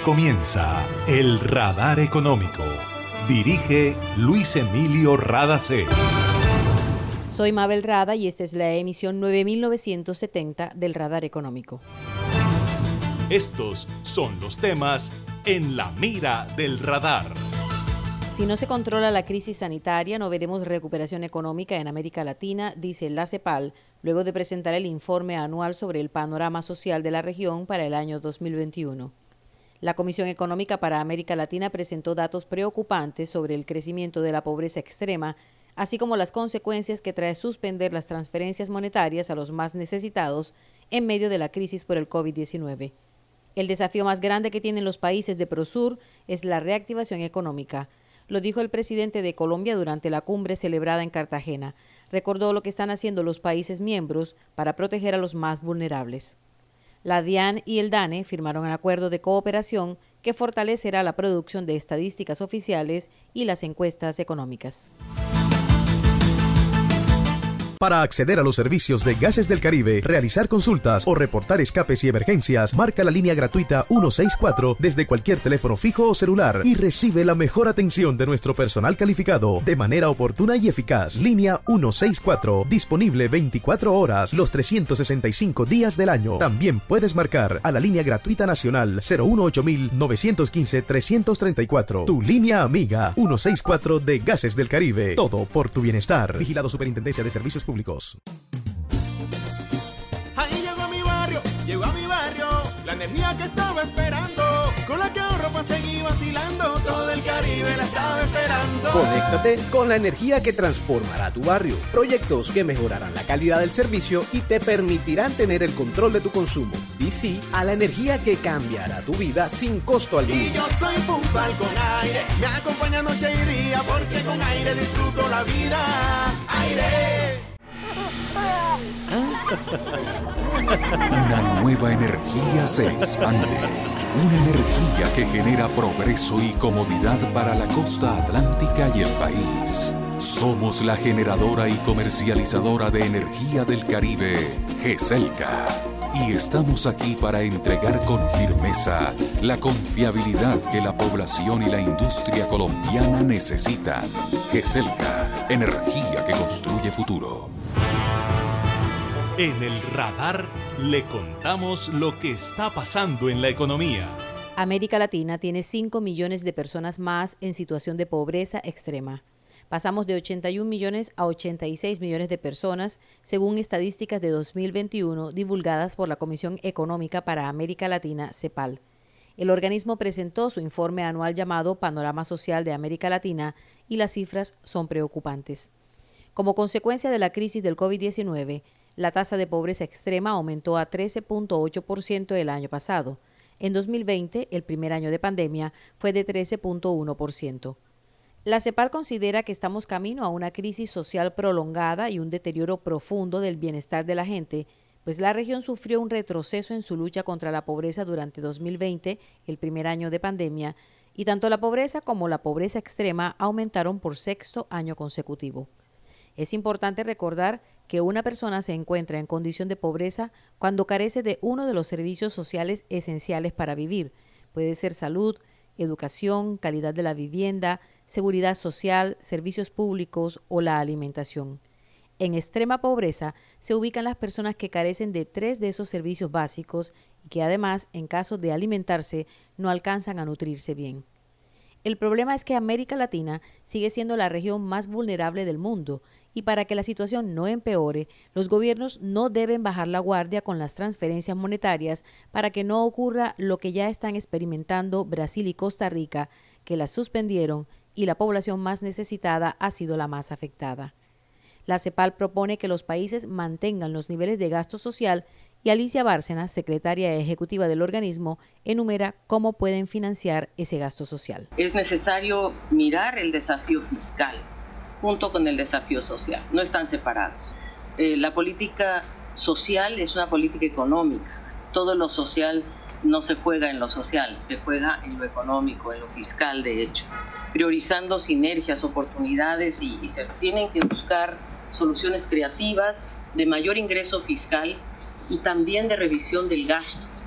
comienza El Radar Económico. Dirige Luis Emilio Radacé. Soy Mabel Rada y esta es la emisión 9970 del Radar Económico. Estos son los temas en la mira del radar. Si no se controla la crisis sanitaria, no veremos recuperación económica en América Latina, dice la CEPAL, luego de presentar el informe anual sobre el panorama social de la región para el año 2021. La Comisión Económica para América Latina presentó datos preocupantes sobre el crecimiento de la pobreza extrema, así como las consecuencias que trae suspender las transferencias monetarias a los más necesitados en medio de la crisis por el COVID-19. El desafío más grande que tienen los países de Prosur es la reactivación económica. Lo dijo el presidente de Colombia durante la cumbre celebrada en Cartagena. Recordó lo que están haciendo los países miembros para proteger a los más vulnerables. La DIAN y el DANE firmaron un acuerdo de cooperación que fortalecerá la producción de estadísticas oficiales y las encuestas económicas. Para acceder a los servicios de Gases del Caribe, realizar consultas o reportar escapes y emergencias, marca la línea gratuita 164 desde cualquier teléfono fijo o celular y recibe la mejor atención de nuestro personal calificado de manera oportuna y eficaz. Línea 164, disponible 24 horas, los 365 días del año. También puedes marcar a la línea gratuita nacional 018-915-334. Tu línea amiga 164 de Gases del Caribe. Todo por tu bienestar. Vigilado Superintendencia de Servicios Públicos. Ahí llegó a mi barrio, la energía que estaba esperando, con la que ahorro para seguir vacilando, todo el Caribe la estaba esperando. Conéctate con la energía que transformará tu barrio, proyectos que mejorarán la calidad del servicio y te permitirán tener el control de tu consumo. Di sí a la energía que cambiará tu vida sin costo alguno. Y yo soy puntual con Aire, me acompaña noche y día, porque con Aire disfruto la vida. Aire. Una nueva energía se expande. Una energía que genera progreso y comodidad para la costa atlántica y el país. Somos la generadora y comercializadora de energía del Caribe, GESELCA. Y estamos aquí para entregar con firmeza la confiabilidad que la población y la industria colombiana necesitan. GESELCA, energía que construye futuro. En el radar le contamos lo que está pasando en la economía. América Latina tiene 5 millones de personas más en situación de pobreza extrema. Pasamos de 81 millones a 86 millones de personas, según estadísticas de 2021 divulgadas por la Comisión Económica para América Latina, CEPAL. El organismo presentó su informe anual llamado Panorama Social de América Latina y las cifras son preocupantes. Como consecuencia de la crisis del COVID-19, la tasa de pobreza extrema aumentó a 13.8% el año pasado. En 2020, el primer año de pandemia, fue de 13.1%. La CEPAL considera que estamos camino a una crisis social prolongada y un deterioro profundo del bienestar de la gente, pues la región sufrió un retroceso en su lucha contra la pobreza durante 2020, el primer año de pandemia, y tanto la pobreza como la pobreza extrema aumentaron por sexto año consecutivo. Es importante recordar que una persona se encuentra en condición de pobreza cuando carece de uno de los servicios sociales esenciales para vivir. Puede ser salud, educación, calidad de la vivienda, seguridad social, servicios públicos o la alimentación. En extrema pobreza se ubican las personas que carecen de 3 de esos servicios básicos y que además, en caso de alimentarse, no alcanzan a nutrirse bien. El problema es que América Latina sigue siendo la región más vulnerable del mundo y para que la situación no empeore, los gobiernos no deben bajar la guardia con las transferencias monetarias para que no ocurra lo que ya están experimentando Brasil y Costa Rica, que las suspendieron y la población más necesitada ha sido la más afectada. La CEPAL propone que los países mantengan los niveles de gasto social y Alicia Bárcena, secretaria ejecutiva del organismo, enumera cómo pueden financiar ese gasto social. Es necesario mirar el desafío fiscal junto con el desafío social, no están separados. La política social es una política económica, todo lo social no se juega en lo social, se juega en lo económico, en lo fiscal de hecho, priorizando sinergias, oportunidades y se tienen que buscar soluciones creativas de mayor ingreso fiscal y también de revisión del gasto.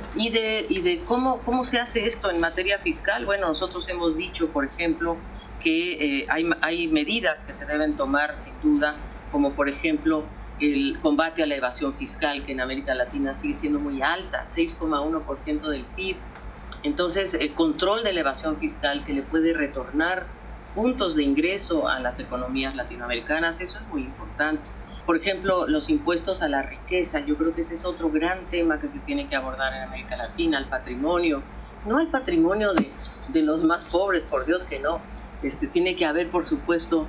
Y de cómo se hace esto en materia fiscal. Bueno, nosotros hemos dicho, por ejemplo, que hay medidas que se deben tomar sin duda, como por ejemplo el combate a la evasión fiscal, que en América Latina sigue siendo muy alta, 6,1% del PIB. Entonces, el control de la evasión fiscal que le puede retornar puntos de ingreso a las economías latinoamericanas, eso es muy importante. Por ejemplo, los impuestos a la riqueza, yo creo que ese es otro gran tema que se tiene que abordar en América Latina, al patrimonio, no al patrimonio de los más pobres, por Dios que no. Tiene que haber, por supuesto,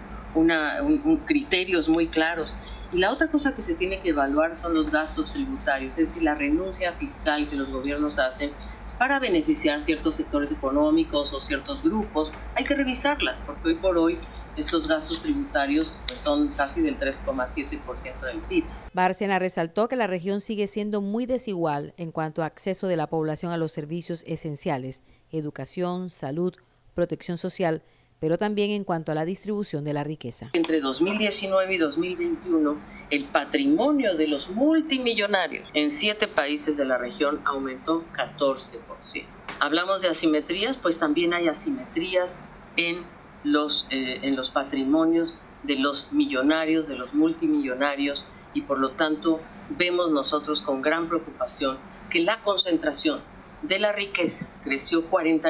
criterios muy claros. Y la otra cosa que se tiene que evaluar son los gastos tributarios, es decir, la renuncia fiscal que los gobiernos hacen para beneficiar ciertos sectores económicos o ciertos grupos. Hay que revisarlas, porque hoy por hoy estos gastos tributarios pues, son casi del 3,7% del PIB. Bárcena resaltó que la región sigue siendo muy desigual en cuanto a acceso de la población a los servicios esenciales, educación, salud, protección social, pero también en cuanto a la distribución de la riqueza. Entre 2019 y 2021, el patrimonio de los multimillonarios en 7 países de la región aumentó 14%. Hablamos de asimetrías, pues también hay asimetrías en los patrimonios de los millonarios, de los multimillonarios, y por lo tanto vemos nosotros con gran preocupación que la concentración de la riqueza creció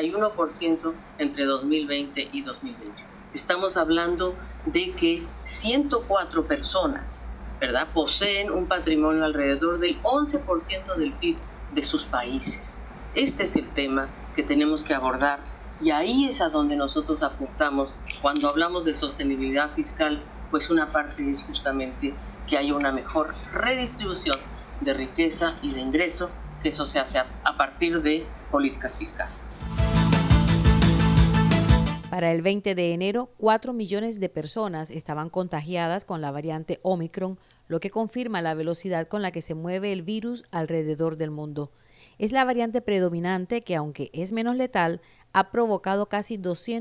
41% entre 2020 y 2021. Estamos hablando de que 104 personas, ¿verdad?, poseen un patrimonio alrededor del 11% del PIB de sus países. Este es el tema que tenemos que abordar y ahí es a donde nosotros apuntamos cuando hablamos de sostenibilidad fiscal, pues una parte es justamente que haya una mejor redistribución de riqueza y de ingreso, que eso se hace a partir de políticas fiscales. Para el 20 de enero, 4 millones de personas estaban contagiadas con la variante Omicron, lo que confirma la velocidad con la que se mueve el virus alrededor del mundo. Es la variante predominante que, aunque es menos letal, ha provocado casi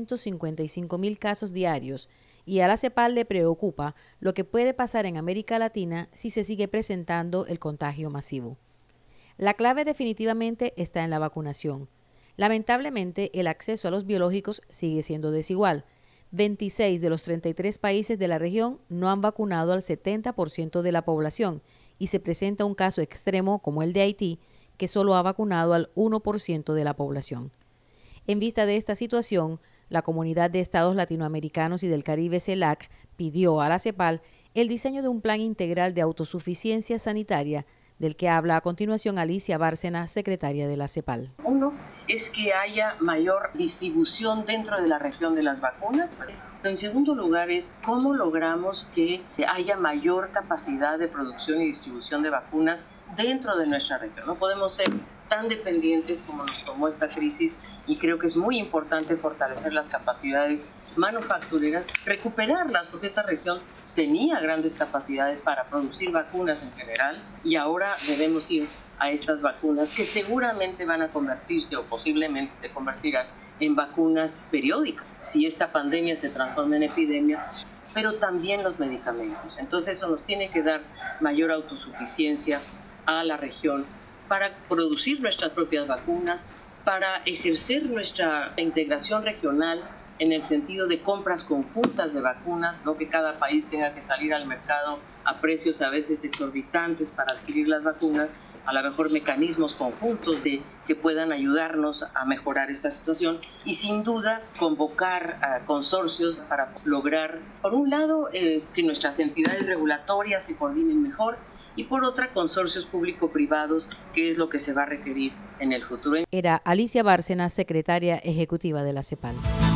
255,000 casos diarios, y a la CEPAL le preocupa lo que puede pasar en América Latina si se sigue presentando el contagio masivo. La clave definitivamente está en la vacunación. Lamentablemente, el acceso a los biológicos sigue siendo desigual. 26 de los 33 países de la región no han vacunado al 70% de la población y se presenta un caso extremo como el de Haití, que solo ha vacunado al 1% de la población. En vista de esta situación, la Comunidad de Estados Latinoamericanos y del Caribe, CELAC, pidió a la CEPAL el diseño de un plan integral de autosuficiencia sanitaria, del que habla a continuación Alicia Bárcena, secretaria de la CEPAL. Uno es que haya mayor distribución dentro de la región de las vacunas. Pero en segundo lugar es cómo logramos que haya mayor capacidad de producción y distribución de vacunas dentro de nuestra región. No podemos ser tan dependientes como nos tomó esta crisis y creo que es muy importante fortalecer las capacidades manufactureras, recuperarlas, porque esta región tenía grandes capacidades para producir vacunas en general y ahora debemos ir a estas vacunas que seguramente van a convertirse o posiblemente se convertirán en vacunas periódicas si esta pandemia se transforma en epidemia, pero también los medicamentos. Entonces eso nos tiene que dar mayor autosuficiencia a la región para producir nuestras propias vacunas, para ejercer nuestra integración regional en el sentido de compras conjuntas de vacunas, no que cada país tenga que salir al mercado a precios a veces exorbitantes para adquirir las vacunas, a lo mejor mecanismos conjuntos que puedan ayudarnos a mejorar esta situación y sin duda convocar a consorcios para lograr, por un lado, que nuestras entidades regulatorias se coordinen mejor y por otra, consorcios público-privados, que es lo que se va a requerir en el futuro. Era Alicia Bárcena, secretaria ejecutiva de la CEPAL.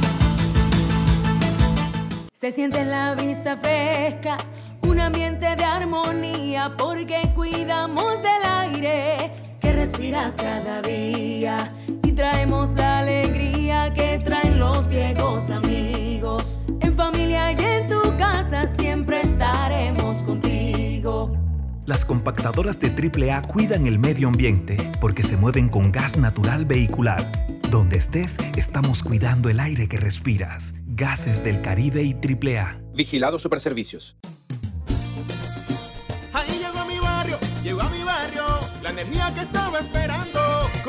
Se siente en la brisa fresca, un ambiente de armonía, porque cuidamos del aire que respiras cada día y traemos la alegría que traen los viejos amigos. En familia y en tu casa siempre estaremos contigo. Las compactadoras de AAA cuidan el medio ambiente porque se mueven con gas natural vehicular. Donde estés, estamos cuidando el aire que respiras. Gases del Caribe y AAA. Vigilado Superservicios. Ahí llegó a mi barrio, la energía que estaba esperando.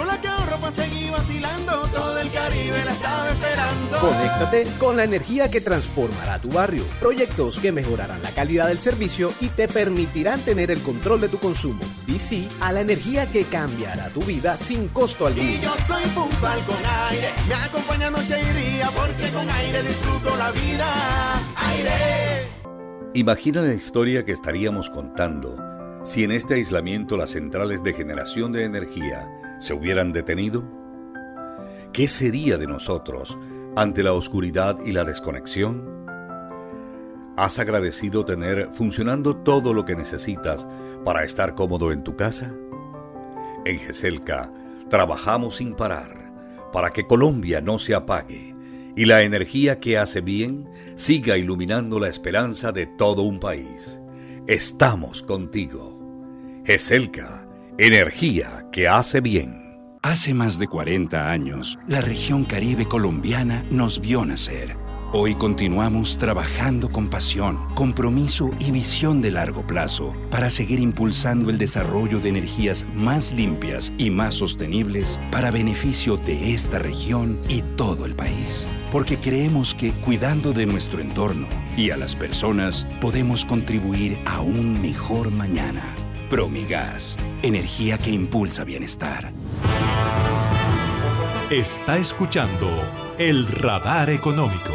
Caribe la estaba esperando. Conéctate con la energía que transformará tu barrio. Proyectos que mejorarán la calidad del servicio y te permitirán tener el control de tu consumo. Di sí a la energía que cambiará tu vida sin costo alguno. Y yo soy puntual con Aire, me acompaña noche y día porque con Aire disfruto la vida. Aire. Imagina la historia que estaríamos contando si en este aislamiento las centrales de generación de energía se hubieran detenido. ¿Qué sería de nosotros ante la oscuridad y la desconexión? ¿Has agradecido tener funcionando todo lo que necesitas para estar cómodo en tu casa? En GESELCA trabajamos sin parar para que Colombia no se apague y la energía que hace bien siga iluminando la esperanza de todo un país. Estamos contigo. GESELCA, energía que hace bien. Hace más de 40 años, la región Caribe colombiana nos vio nacer. Hoy continuamos trabajando con pasión, compromiso y visión de largo plazo para seguir impulsando el desarrollo de energías más limpias y más sostenibles para beneficio de esta región y todo el país. Porque creemos que cuidando de nuestro entorno y a las personas podemos contribuir a un mejor mañana. Promigas, energía que impulsa bienestar. Está escuchando el Radar Económico.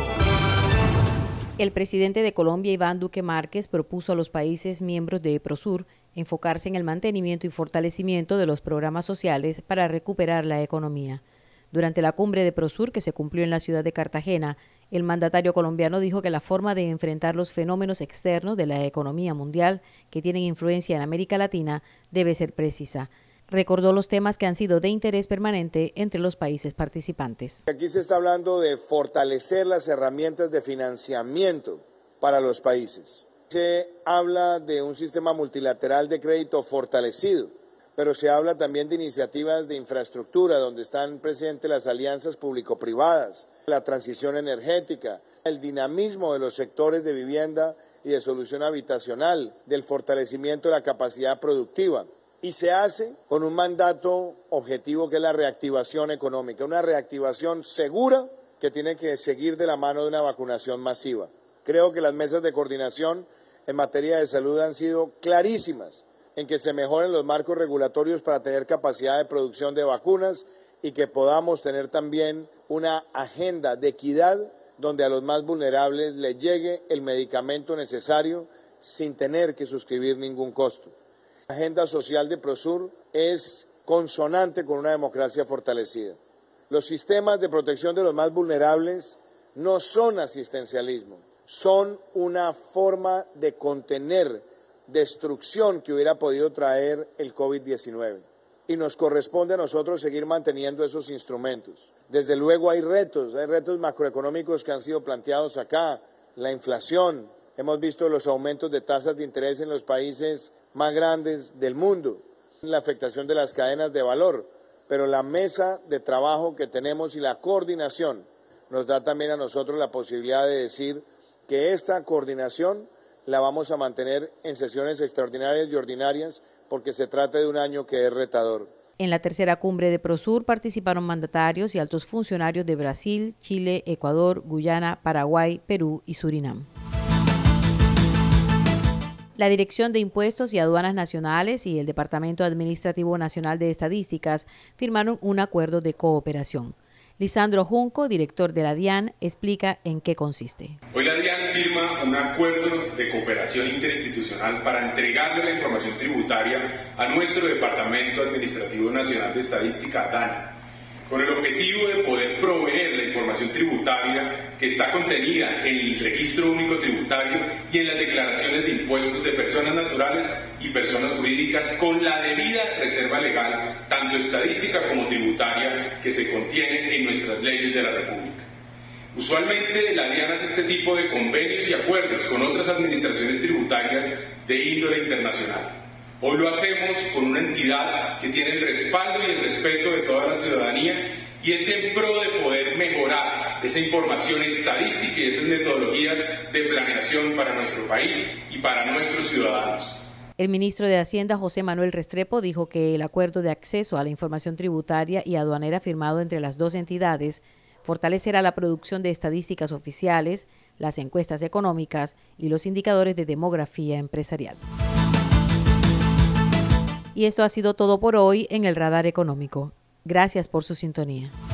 El presidente de Colombia, Iván Duque Márquez, propuso a los países miembros de Prosur enfocarse en el mantenimiento y fortalecimiento de los programas sociales para recuperar la economía. Durante la cumbre de Prosur, que se cumplió en la ciudad de Cartagena, el mandatario colombiano dijo que la forma de enfrentar los fenómenos externos de la economía mundial que tienen influencia en América Latina debe ser precisa. Recordó los temas que han sido de interés permanente entre los países participantes. Aquí se está hablando de fortalecer las herramientas de financiamiento para los países. Se habla de un sistema multilateral de crédito fortalecido, pero se habla también de iniciativas de infraestructura donde están presentes las alianzas público-privadas, la transición energética, el dinamismo de los sectores de vivienda y de solución habitacional, del fortalecimiento de la capacidad productiva. Y se hace con un mandato objetivo que es la reactivación económica, una reactivación segura que tiene que seguir de la mano de una vacunación masiva. Creo que las mesas de coordinación en materia de salud han sido clarísimas en que se mejoren los marcos regulatorios para tener capacidad de producción de vacunas y que podamos tener también una agenda de equidad donde a los más vulnerables les llegue el medicamento necesario sin tener que suscribir ningún costo. La agenda social de Prosur es consonante con una democracia fortalecida. Los sistemas de protección de los más vulnerables no son asistencialismo, son una forma de contener destrucción que hubiera podido traer el COVID-19. Y nos corresponde a nosotros seguir manteniendo esos instrumentos. Desde luego hay retos macroeconómicos que han sido planteados acá, la inflación, hemos visto los aumentos de tasas de interés en los países más grandes del mundo, la afectación de las cadenas de valor, pero la mesa de trabajo que tenemos y la coordinación nos da también a nosotros la posibilidad de decir que esta coordinación la vamos a mantener en sesiones extraordinarias y ordinarias porque se trata de un año que es retador. En la tercera cumbre de Prosur participaron mandatarios y altos funcionarios de Brasil, Chile, Ecuador, Guyana, Paraguay, Perú y Surinam. La Dirección de Impuestos y Aduanas Nacionales y el Departamento Administrativo Nacional de Estadísticas firmaron un acuerdo de cooperación. Lisandro Junco, director de la DIAN, explica en qué consiste. Hoy la DIAN firma un acuerdo de cooperación interinstitucional para entregarle la información tributaria a nuestro Departamento Administrativo Nacional de Estadística, DANI, con el objetivo de poder proveer la información tributaria que está contenida en el Registro Único Tributario y en las declaraciones de impuestos de personas naturales y personas jurídicas con la debida reserva legal, tanto estadística como tributaria, que se contienen en nuestras leyes de la República. Usualmente la DIAN hace este tipo de convenios y acuerdos con otras administraciones tributarias de índole internacional. Hoy lo hacemos con una entidad que tiene el respaldo y el respeto de toda la ciudadanía y es en pro de poder mejorar esa información estadística y esas metodologías de planeación para nuestro país y para nuestros ciudadanos. El ministro de Hacienda, José Manuel Restrepo, dijo que el acuerdo de acceso a la información tributaria y aduanera firmado entre las dos entidades Fortalecerá la producción de estadísticas oficiales, las encuestas económicas y los indicadores de demografía empresarial. Y esto ha sido todo por hoy en el Radar Económico. Gracias por su sintonía.